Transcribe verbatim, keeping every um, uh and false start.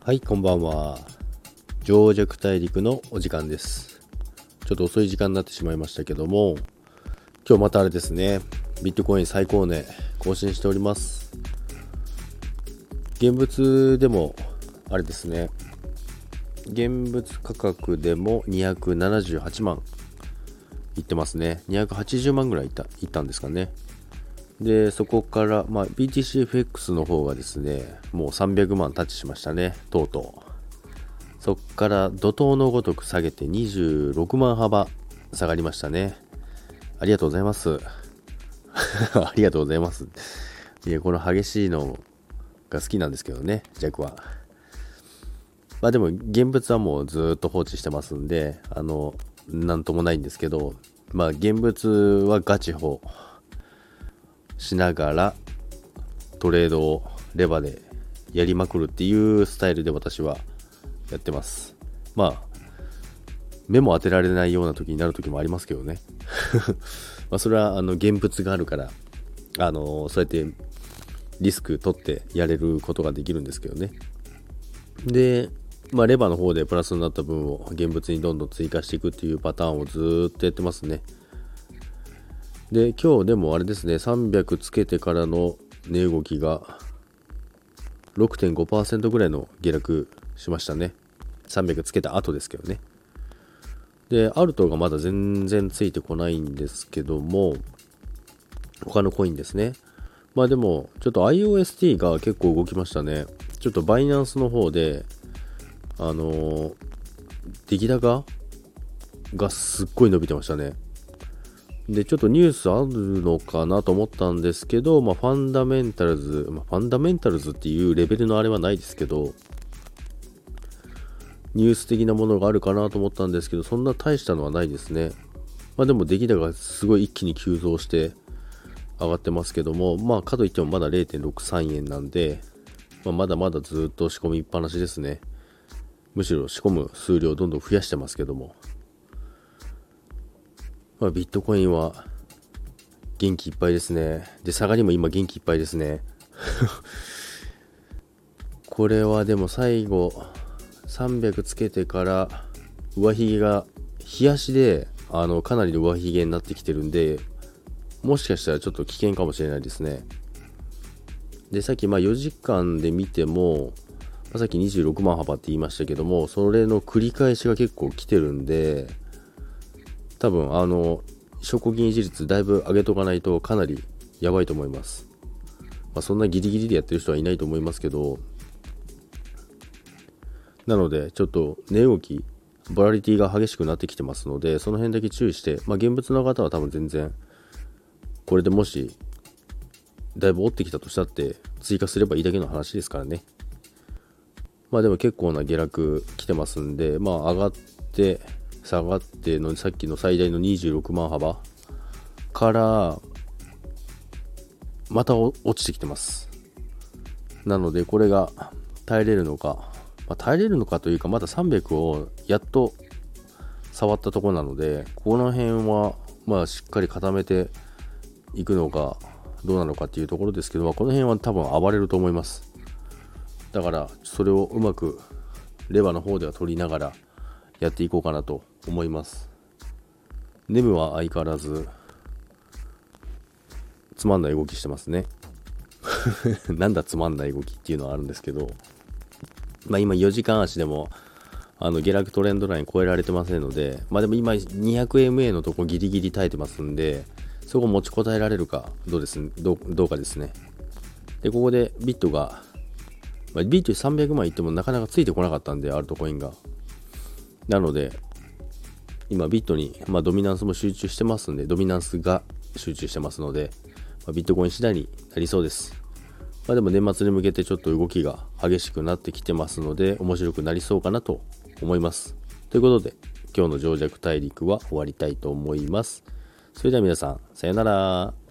はい、こんばんは。上弱大陸のお時間です。ちょっと遅い時間になってしまいましたけども、今日またあれですね、ビットコイン最高値更新しております。現物でもあれですね、現物価格でもにひゃくななじゅうはちまんいってますね。にひゃくはちじゅうまんぐらいいった、いったんですかね。で、そこから、まあ、ビーティーシーエフエックス の方がですね、もうさんびゃくまんタッチしましたね、とうとう。そこから怒涛のごとく下げてにじゅうろくまん幅下がりましたね。ありがとうございます。ありがとうございます。いや、この激しいのが好きなんですけどね、弱は。まあでも、現物はもうずっと放置してますんで、あの、なんともないんですけど、まあ現物はガチホしながらトレードをレバでやりまくるっていうスタイルで私はやってます。まあ目も当てられないような時になる時もありますけどねまあそれはあの現物があるからあのそうやってリスク取ってやれることができるんですけどね。でまあレバーの方でプラスになった分を現物にどんどん追加していくっていうパターンをずっとやってますね。で今日でもあれですね、さんびゃくつけてからの値動きが ろくてんごパーセント ぐらいの下落しましたね。さんびゃくつけた後ですけどね。でアルトがまだ全然ついてこないんですけども、他のコインですね。まあでもちょっと アイオーエスティー が結構動きましたね。ちょっとバイナンスの方であのー、出来高がすっごい伸びてましたね。でちょっとニュースあるのかなと思ったんですけど、まあ、ファンダメンタルズ、まあ、ファンダメンタルズっていうレベルのあれはないですけど、ニュース的なものがあるかなと思ったんですけど、そんな大したのはないですね。まあでも出来高がすごい一気に急増して上がってますけども、まあかといってもまだ れいてんろくさん 円なんで、まあ、まだまだずっと仕込みっぱなしですね。むしろ仕込む数量をどんどん増やしてますけども、まあ、ビットコインは元気いっぱいですね。で、下がりも今元気いっぱいですね。これはでも最後、さんびゃくつけてから上髭が、日足であのかなりの上髭になってきてるんで、もしかしたらちょっと危険かもしれないですね。で、さっきまあよじかんで見ても、さっきにじゅうろくまん幅って言いましたけども、それの繰り返しが結構来てるんで、多分あの証拠金維持率だいぶ上げとかないとかなりやばいと思います。まあ、そんなギリギリでやってる人はいないと思いますけど、なのでちょっと値動きボラリティが激しくなってきてますので、その辺だけ注意して、まあ、現物の方は多分全然これでもしだいぶ折ってきたとしたって追加すればいいだけの話ですからね。まあでも結構な下落来てますんで、まあ上がって下がってのさっきの最大のにじゅうろくまん幅からまた落ちてきてます。なのでこれが耐えれるのか、まあ、耐えれるのかというか、まださんびゃくをやっと触ったところなので、この辺はまあしっかり固めていくのかどうなのかっていうところですけど、まあ、この辺は多分暴れると思います。だからそれをうまくレバーの方では取りながらやっていこうかなと思います。ネムは相変わらずつまんない動きしてますねなんだつまんない動きっていうのはあるんですけど、まあ今よじかん足でもあの下落トレンドライン超えられてませんので、まあでも今 にひゃくエムエー のとこギリギリ耐えてますんで、そこ持ちこたえられるかどうです、どう、どうかですね。でここでビットが、まあ、ビットさんびゃくまんいってもなかなかついてこなかったんで、アルトコインが。なので今ビットに、まあ、ドミナンスも集中してますんで、ドミナンスが集中してますので、まあ、ビットコイン次第になりそうです。まあ、でも年末に向けてちょっと動きが激しくなってきてますので、面白くなりそうかなと思います。ということで今日の上弱大陸は終わりたいと思います。それでは皆さん、さよなら。